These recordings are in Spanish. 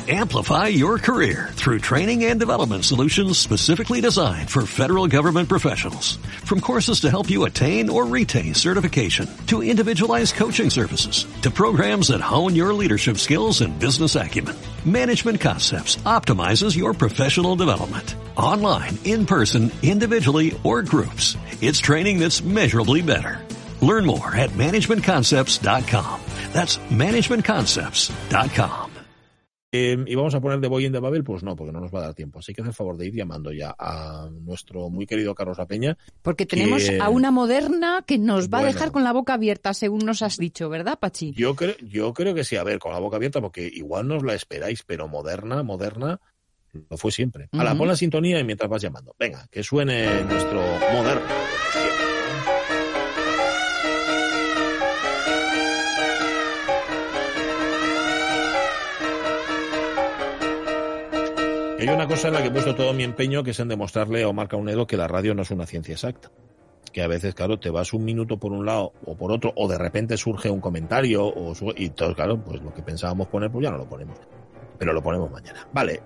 Amplify your career through training and development solutions specifically designed for federal government professionals. From courses to help you attain or retain certification, to individualized coaching services, to programs that hone your leadership skills and business acumen, Management Concepts optimizes your professional development. Online, in person, individually, or groups, it's training that's measurably better. Learn more at managementconcepts.com. That's managementconcepts.com. ¿Y vamos a poner The Boy in the Babel? Pues no, porque no nos va a dar tiempo. Así que haz el favor de ir llamando ya a nuestro muy querido Carlos La Peña. Porque tenemos a una moderna que nos va a dejar con la boca abierta, según nos has dicho, ¿verdad, Pachi? Yo creo que sí, a ver, con la boca abierta, porque igual nos la esperáis, pero moderna, lo fue siempre. Pon la sintonía y mientras vas llamando. Venga, que suene nuestro moderno. Hay una cosa en la que he puesto todo mi empeño, que es en demostrarle a Omar Caunedo que la radio no es una ciencia exacta. Que a veces, claro, te vas un minuto por un lado o por otro, o de repente surge un comentario, y todo, claro, pues lo que pensábamos poner, pues ya no lo ponemos. Pero lo ponemos mañana. Vale.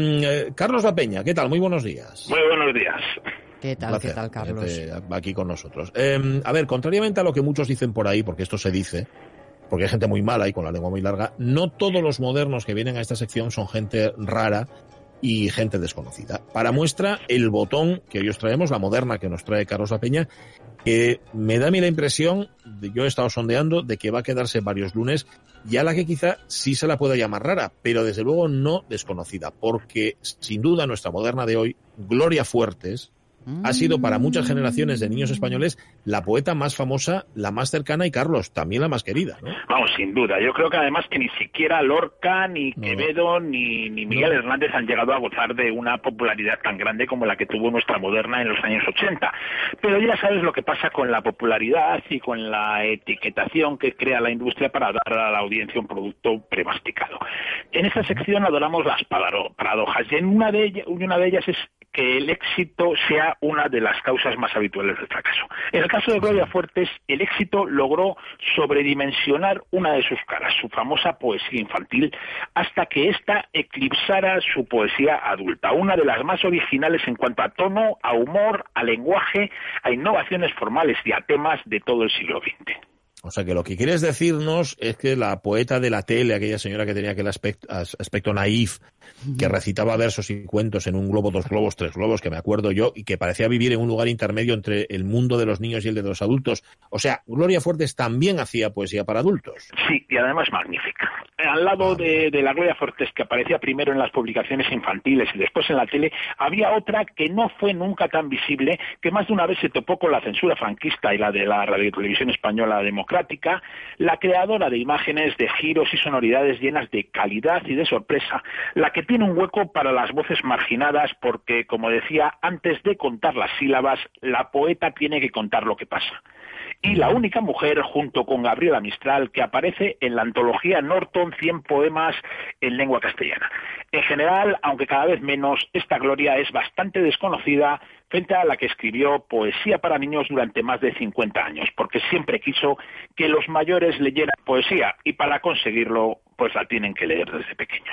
Carlos La Peña, ¿qué tal? Muy buenos días. Muy buenos días. ¿Qué tal, Carlos? Aquí con nosotros. A ver, contrariamente a lo que muchos dicen por ahí, porque esto se dice, porque hay gente muy mala y con la lengua muy larga, no todos los modernos que vienen a esta sección son gente rara y gente desconocida. Para muestra, el botón que hoy os traemos, la moderna que nos trae Carlos La Peña, que me da a mí la impresión, yo he estado sondeando, de que va a quedarse varios lunes, y a la que quizá sí se la pueda llamar rara, pero desde luego no desconocida, porque sin duda nuestra moderna de hoy, Gloria Fuertes, ha sido para muchas generaciones de niños españoles la poeta más famosa, la más cercana y, Carlos, también la más querida, ¿no? Vamos, sin duda. Yo creo que además que ni siquiera Lorca, ni Quevedo, ni Miguel Hernández han llegado a gozar de una popularidad tan grande como la que tuvo nuestra moderna en los años 80. Pero ya sabes lo que pasa con la popularidad y con la etiquetación que crea la industria para dar a la audiencia un producto premasticado. En esta sección adoramos las paradojas, y una de ellas es que el éxito sea una de las causas más habituales del fracaso. En el caso de Gloria Fuertes, el éxito logró sobredimensionar una de sus caras, su famosa poesía infantil, hasta que ésta eclipsara su poesía adulta, una de las más originales en cuanto a tono, a humor, a lenguaje, a innovaciones formales y a temas de todo el siglo XX. O sea que lo que quieres decirnos es que la poeta de la tele, aquella señora que tenía aquel aspecto naif, que recitaba versos y cuentos en un globo, dos globos, tres globos, que me acuerdo yo, y que parecía vivir en un lugar intermedio entre el mundo de los niños y el de los adultos. O sea, Gloria Fuertes también hacía poesía para adultos. Sí, y además magnífica. Al lado de la Gloria Fuertes, que aparecía primero en las publicaciones infantiles y después en la tele, había otra que no fue nunca tan visible, que más de una vez se topó con la censura franquista y la de la radiotelevisión española democrática, la creadora de imágenes, de giros y sonoridades llenas de calidad y de sorpresa, la que tiene un hueco para las voces marginadas porque, como decía, antes de contar las sílabas, la poeta tiene que contar lo que pasa. Y la única mujer, junto con Gabriela Mistral, que aparece en la antología Norton 100 poemas en lengua castellana. En general, aunque cada vez menos, esta Gloria es bastante desconocida frente a la que escribió poesía para niños durante más de 50 años, porque siempre quiso que los mayores leyeran poesía, y para conseguirlo, pues la tienen que leer desde pequeños.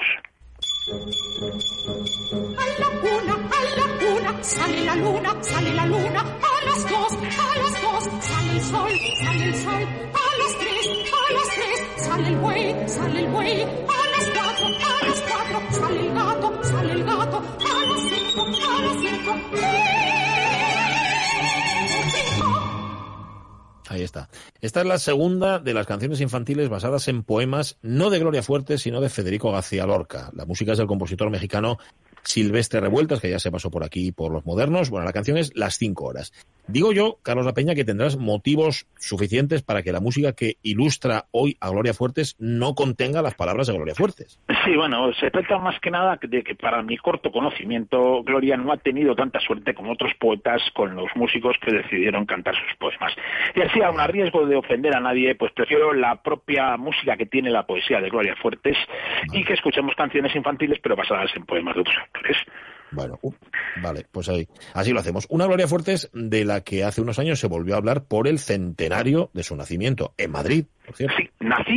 A la una, sale la luna, a las dos, sale el sol, a las tres, sale el buey, a las cuatro, sale el gato, a las cinco, Ahí está. Esta es la segunda de las canciones infantiles basadas en poemas no de Gloria Fuertes, sino de Federico García Lorca. La música es del compositor mexicano Silvestre Revueltas, que ya se pasó por aquí por los modernos. Bueno, la canción es Las 5 horas. Digo yo, Carlos La Peña, que tendrás motivos suficientes para que la música que ilustra hoy a Gloria Fuertes no contenga las palabras de Gloria Fuertes. Sí, bueno, se trata más que nada de que, para mi corto conocimiento, Gloria no ha tenido tanta suerte como otros poetas con los músicos que decidieron cantar sus poemas. Y así, aun a riesgo de ofender a nadie, pues prefiero la propia música que tiene la poesía de Gloria Fuertes y que escuchemos canciones infantiles pero basadas en poemas de otros autores. Bueno, vale, pues ahí, así lo hacemos. Una Gloria Fuertes de la que hace unos años se volvió a hablar por el centenario de su nacimiento, en Madrid, por cierto. Sí, nací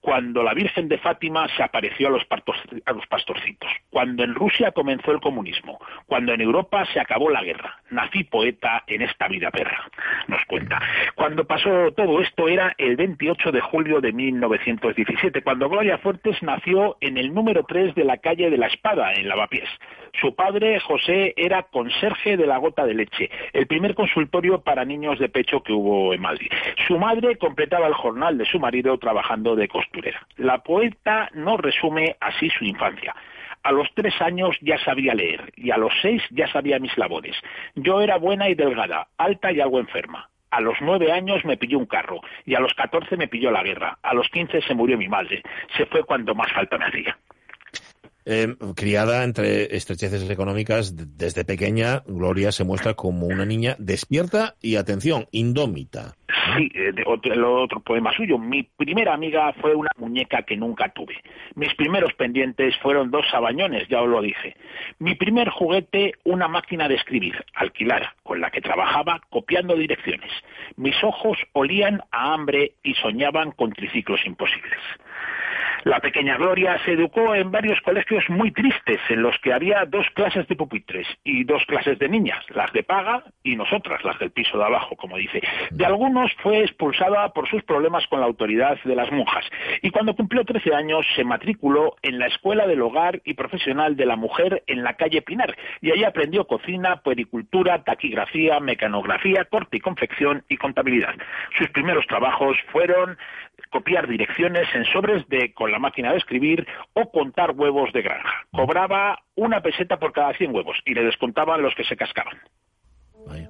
cuando la Virgen de Fátima se apareció a los pastorcitos, cuando en Rusia comenzó el comunismo, cuando en Europa se acabó la guerra. Nací poeta en esta vida perra, nos cuenta. Cuando pasó todo esto era el 28 de julio de 1917, cuando Gloria Fuertes nació en el número 3 de la calle de la Espada, en Lavapiés. Su padre, José, era conserje de la Gota de Leche, el primer consultorio para niños de pecho que hubo en Madrid. Su madre completaba el jornal de su marido trabajando de costurera. La poeta nos resume así su infancia. A los 3 años ya sabía leer y a los 6 ya sabía mis labores. Yo era buena y delgada, alta y algo enferma. A los 9 años me pilló un carro y a los 14 me pilló la guerra. A los 15 se murió mi madre. Se fue cuando más falta me hacía. Criada entre estrecheces económicas, desde pequeña, Gloria se muestra como una niña despierta y, atención, indómita. Sí, otro poema suyo. Mi primera amiga fue una muñeca que nunca tuve. Mis primeros pendientes fueron 2 sabañones, ya os lo dije. Mi primer juguete, una máquina de escribir, alquilada, con la que trabajaba copiando direcciones. Mis ojos olían a hambre y soñaban con triciclos imposibles. La pequeña Gloria se educó en varios colegios muy tristes, en los que había 2 clases de pupitres y 2 clases de niñas, las de paga y nosotras, las del piso de abajo, como dice. De algunos fue expulsada por sus problemas con la autoridad de las monjas, y cuando cumplió 13 años se matriculó en la Escuela del Hogar y Profesional de la Mujer en la calle Pinar, y allí aprendió cocina, puericultura, taquigrafía, mecanografía, corte y confección y contabilidad. Sus primeros trabajos fueron copiar direcciones en sobres con la máquina de escribir o contar huevos de granja. Cobraba 1 peseta por cada 100 huevos y le descontaban los que se cascaban. Vaya.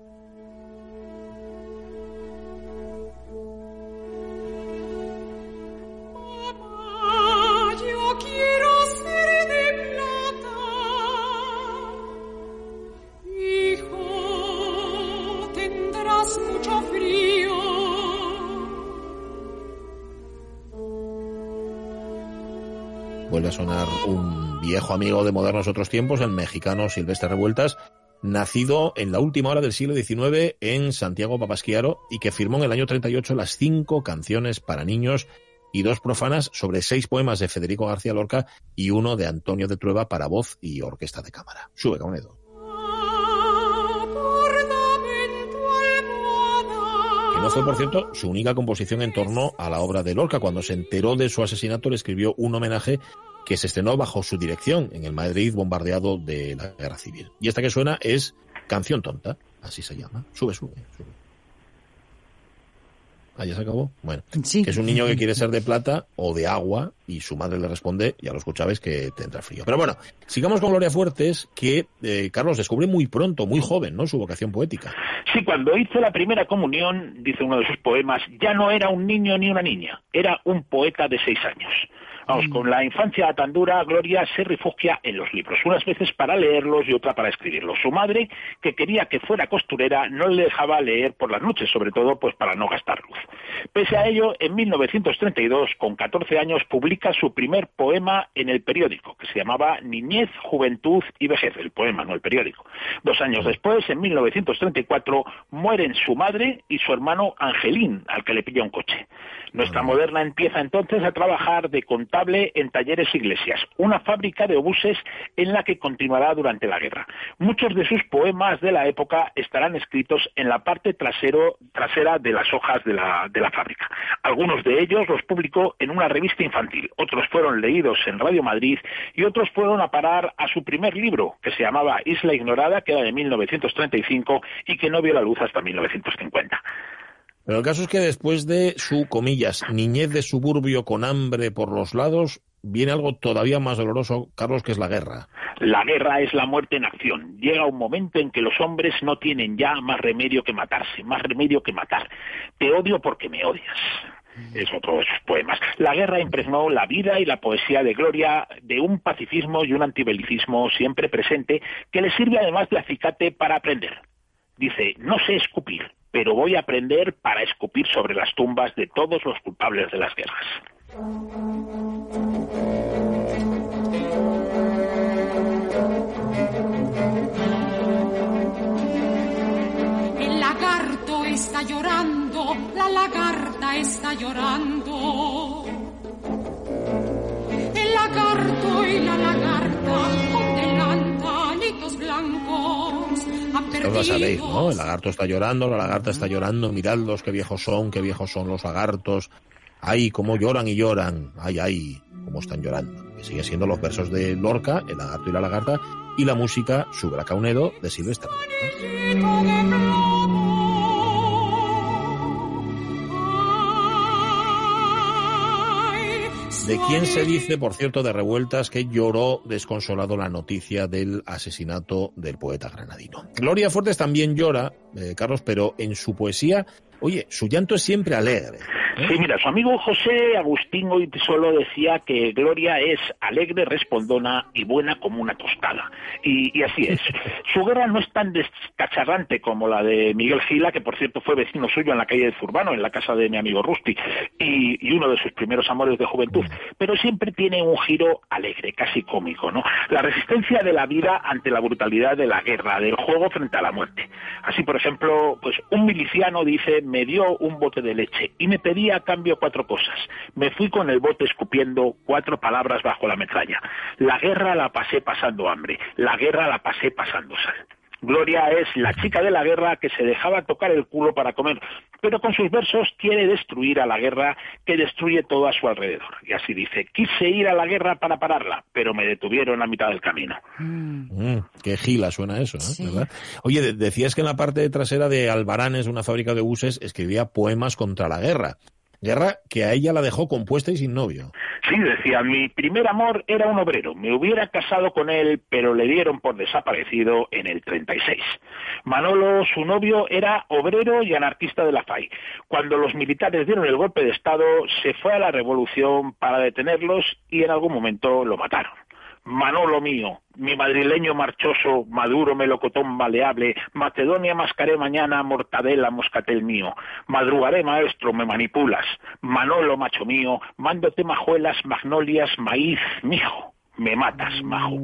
Mamá, yo quiero ser de plata. Hijo, tendrás mucho frío. Vuelve a sonar un viejo amigo de Modernos Otros Tiempos, el mexicano Silvestre Revueltas, nacido en la última hora del siglo XIX en Santiago Papasquiaro y que firmó en el año 38 las 5 canciones para niños y 2 profanas sobre 6 poemas de Federico García Lorca y 1 de Antonio de Trueba para voz y orquesta de cámara. Sube, Caunedo. Que no fue, por cierto, su única composición en torno a la obra de Lorca. Cuando se enteró de su asesinato, le escribió un homenaje que se estrenó bajo su dirección en el Madrid bombardeado de la Guerra Civil. Y esta que suena es Canción Tonta, así se llama. Sube, sube, sube. Ah, ya se acabó. Bueno, sí. Que es un niño que quiere ser de plata o de agua y su madre le responde, ya lo escuchabais, que te entra frío. Pero bueno, sigamos con Gloria Fuertes, que Carlos descubre muy pronto, muy joven, ¿no?, su vocación poética. Sí, cuando hizo la primera comunión, dice uno de sus poemas, ya no era un niño ni una niña, era un poeta de 6 años. Vamos, con la infancia tan dura, Gloria se refugia en los libros, unas veces para leerlos y otra para escribirlos. Su madre, que quería que fuera costurera, no le dejaba leer por las noches, sobre todo pues para no gastar luz. Pese a ello, en 1932, con 14 años, publica su primer poema en el periódico, que se llamaba Niñez, Juventud y Vejez, el poema, no el periódico. 2 años después, en 1934, mueren su madre y su hermano Angelín, al que le pilla un coche. Nuestra moderna empieza entonces a trabajar de contable en Talleres Iglesias, una fábrica de obuses en la que continuará durante la guerra. Muchos de sus poemas de la época estarán escritos en la parte trasera de las hojas de la fábrica. Algunos de ellos los publicó en una revista infantil, otros fueron leídos en Radio Madrid y otros fueron a parar a su primer libro, que se llamaba Isla Ignorada, que era de 1935 y que no vio la luz hasta 1950. Pero el caso es que después de su, comillas, niñez de suburbio con hambre por los lados, viene algo todavía más doloroso, Carlos, que es la guerra. La guerra es la muerte en acción. Llega un momento en que los hombres no tienen ya más remedio que matarse, más remedio que matar. Te odio porque me odias. Es otro de sus poemas. La guerra impregnó la vida y la poesía de Gloria de un pacifismo y un antibelicismo siempre presente que le sirve además de acicate para aprender. Dice, no sé escupir, pero voy a aprender para escupir sobre las tumbas de todos los culpables de las guerras. El lagarto está llorando, la lagarta está llorando. la sabéis, ¿no? El lagarto está llorando, la lagarta está llorando, miradlos, qué viejos son los lagartos. Ay, cómo lloran y lloran. Ay, ay, cómo están llorando. Que sigue siendo los versos de Lorca, el lagarto y la lagarta, y la música Subra-Caunedo de Silvestre. ¿De quién se dice, por cierto, de Revueltas, que lloró desconsolado la noticia del asesinato del poeta granadino? Gloria Fuertes también llora, Carlos, pero en su poesía, oye, su llanto es siempre alegre. Sí, mira, su amigo José Agustín Goitisolo decía que Gloria es alegre, respondona y buena como una tostada. Y así es. Su guerra no es tan descacharrante como la de Miguel Gila, que por cierto fue vecino suyo en la calle de Zurbano, en la casa de mi amigo Rusti, y uno de sus primeros amores de juventud. Pero siempre tiene un giro alegre, casi cómico, ¿no? La resistencia de la vida ante la brutalidad de la guerra, del juego frente a la muerte. Así, por ejemplo, pues un miliciano dice, me dio un bote de leche y me pedía a cambio 4 cosas. Me fui con el bote escupiendo 4 palabras bajo la metralla. La guerra la pasé pasando hambre. La guerra la pasé pasando sal. Gloria es la chica de la guerra que se dejaba tocar el culo para comer, pero con sus versos quiere destruir a la guerra que destruye todo a su alrededor. Y así dice, quise ir a la guerra para pararla, pero me detuvieron a mitad del camino. Qué gila suena eso, ¿no? Sí. ¿Verdad? Oye, decías que en la parte trasera de Albaranes, una fábrica de buses, escribía poemas contra la guerra. Guerra que a ella la dejó compuesta y sin novio. Sí, decía, mi primer amor era un obrero. Me hubiera casado con él, pero le dieron por desaparecido en el 36. Manolo, su novio, era obrero y anarquista de la FAI. Cuando los militares dieron el golpe de Estado, se fue a la revolución para detenerlos y en algún momento lo mataron. Manolo mío, mi madrileño marchoso, maduro melocotón maleable, Macedonia mascaré mañana, mortadela moscatel mío, madrugaré maestro, me manipulas, Manolo macho mío, mándote majuelas, magnolias, maíz, mijo, me matas, majo.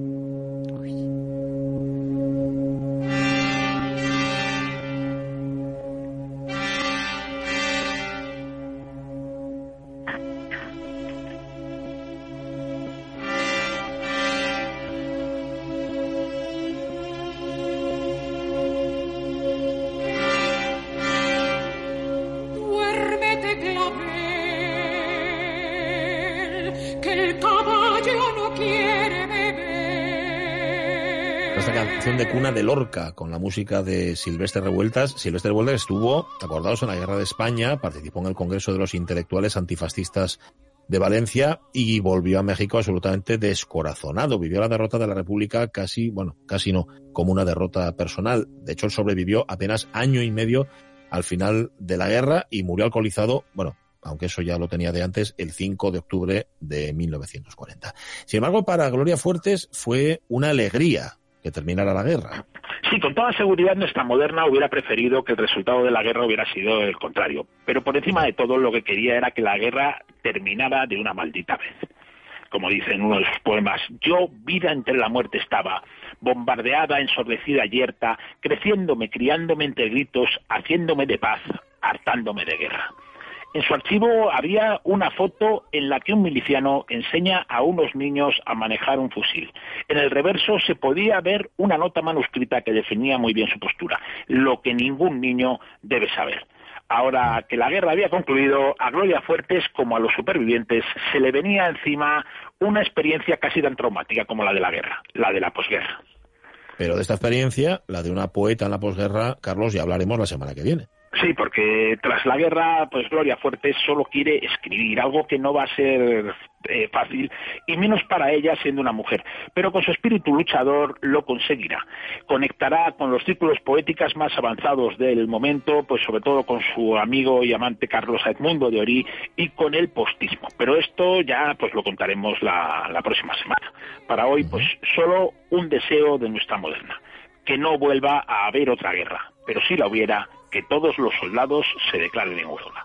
De cuna de Lorca, con la música de Silvestre Revueltas. Silvestre Revueltas estuvo, acordados, en la Guerra de España, participó en el Congreso de los Intelectuales Antifascistas de Valencia y volvió a México absolutamente descorazonado. Vivió la derrota de la República casi no, como una derrota personal. De hecho, él sobrevivió apenas año y medio al final de la guerra y murió alcoholizado, aunque eso ya lo tenía de antes, el 5 de octubre de 1940. Sin embargo, para Gloria Fuertes fue una alegría que terminara la guerra. Sí, con toda seguridad nuestra moderna hubiera preferido que el resultado de la guerra hubiera sido el contrario. Pero por encima de todo lo que quería era que la guerra terminara de una maldita vez. Como dice en uno de sus poemas, yo vida entre la muerte estaba, bombardeada, ensordecida, yerta, creciéndome, criándome entre gritos, haciéndome de paz, hartándome de guerra. En su archivo había una foto en la que un miliciano enseña a unos niños a manejar un fusil. En el reverso se podía ver una nota manuscrita que definía muy bien su postura, lo que ningún niño debe saber. Ahora que la guerra había concluido, a Gloria Fuertes, como a los supervivientes, se le venía encima una experiencia casi tan traumática como la de la guerra, la de la posguerra. Pero de esta experiencia, la de una poeta en la posguerra, Carlos, ya hablaremos la semana que viene. Sí, porque tras la guerra, pues Gloria Fuertes solo quiere escribir, algo que no va a ser fácil, y menos para ella siendo una mujer, pero con su espíritu luchador lo conseguirá. Conectará con los círculos poéticos más avanzados del momento, pues sobre todo con su amigo y amante Carlos Edmundo de Orí y con el postismo. Pero esto ya pues lo contaremos la próxima semana. Para hoy, pues solo un deseo de nuestra moderna, que no vuelva a haber otra guerra, pero si la hubiera, que todos los soldados se declaren en huelga.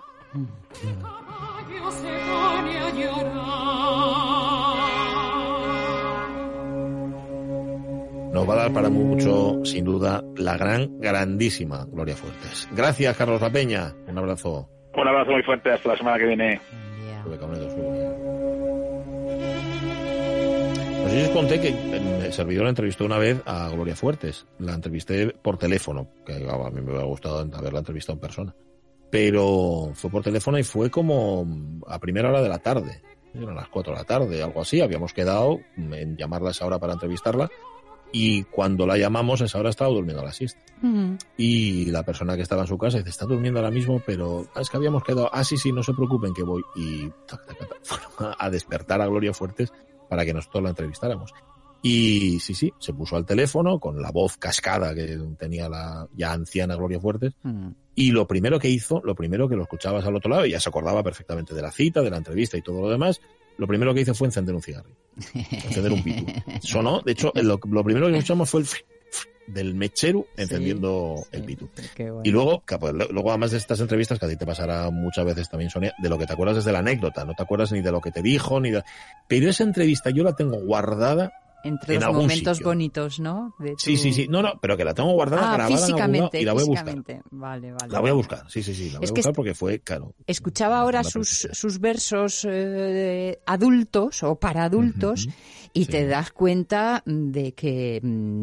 Nos va a dar para mucho, sin duda, la grandísima Gloria Fuertes. Gracias, Carlos La Peña. Un abrazo. Un abrazo muy fuerte. Hasta la semana que viene. Nos yo os conté que el servidor entrevistó una vez a Gloria Fuertes. La entrevisté por teléfono, que a mí me hubiera gustado haberla entrevistado en persona. Pero fue por teléfono y fue como a primera hora de la tarde. Eran las 4 de la tarde, algo así. Habíamos quedado en llamarla a esa hora para entrevistarla. Y cuando la llamamos, a esa hora estaba durmiendo a la siesta. Y la persona que estaba en su casa dice, está durmiendo ahora mismo, pero es que habíamos quedado, sí, no se preocupen que voy. Y fueron a despertar a Gloria Fuertes para que nosotros la entrevistáramos. Y sí, se puso al teléfono con la voz cascada que tenía la ya anciana Gloria Fuertes. Y lo primero que lo escuchabas al otro lado, y ya se acordaba perfectamente de la cita, de la entrevista y todo lo demás, lo primero que hizo fue encender un cigarrillo. Encender un pitu. Sonó, de hecho, lo primero que escuchamos fue el del mechero encendiendo el pitu. Bueno. Y luego además de estas entrevistas, que a ti te pasará muchas veces también, Sonia, de lo que te acuerdas es de la anécdota, no te acuerdas ni de lo que te dijo, pero esa entrevista yo la tengo guardada entre los momentos bonitos, ¿no? Sí. No, pero que la tengo guardada, grabada físicamente, y la voy a buscar. Vale. La voy a buscar, sí, la voy a buscar porque fue, claro. Escuchaba ahora sus versos adultos o para adultos y te das cuenta de que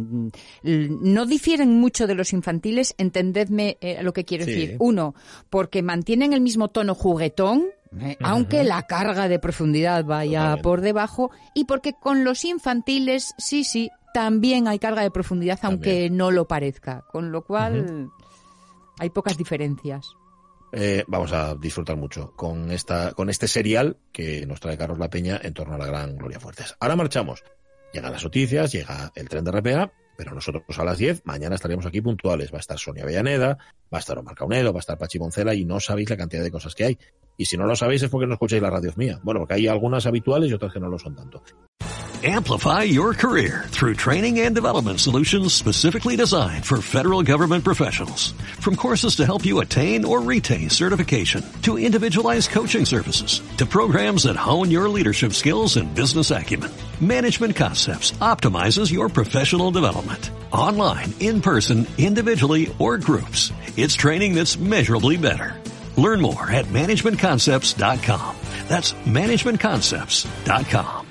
no difieren mucho de los infantiles, entendedme lo que quiero decir. Uno, porque mantienen el mismo tono juguetón, aunque la carga de profundidad vaya por debajo, y porque con los infantiles sí también hay carga de profundidad, aunque no lo parezca, con lo cual hay pocas diferencias. Vamos a disfrutar mucho con este serial que nos trae Carlos La Peña en torno a la gran Gloria Fuertes. Ahora marchamos. Llegan las noticias, llega el tren de RPA, pero nosotros a las 10, mañana estaremos aquí puntuales. Va a estar Sonia Avellaneda, va a estar Omar Caunedo, va a estar Pachi Poncela, y no sabéis la cantidad de cosas que hay. Y si no lo sabéis es porque no escucháis la radio mía. Bueno, porque hay algunas habituales y otras que no lo son tanto. Amplify your career through training and development solutions specifically designed for federal government professionals. From courses to help you attain or retain certification, to individualized coaching services, to programs that hone your leadership skills and business acumen, Management Concepts optimizes your professional development. Online, in person, individually, or groups, it's training that's measurably better. Learn more at managementconcepts.com. That's managementconcepts.com.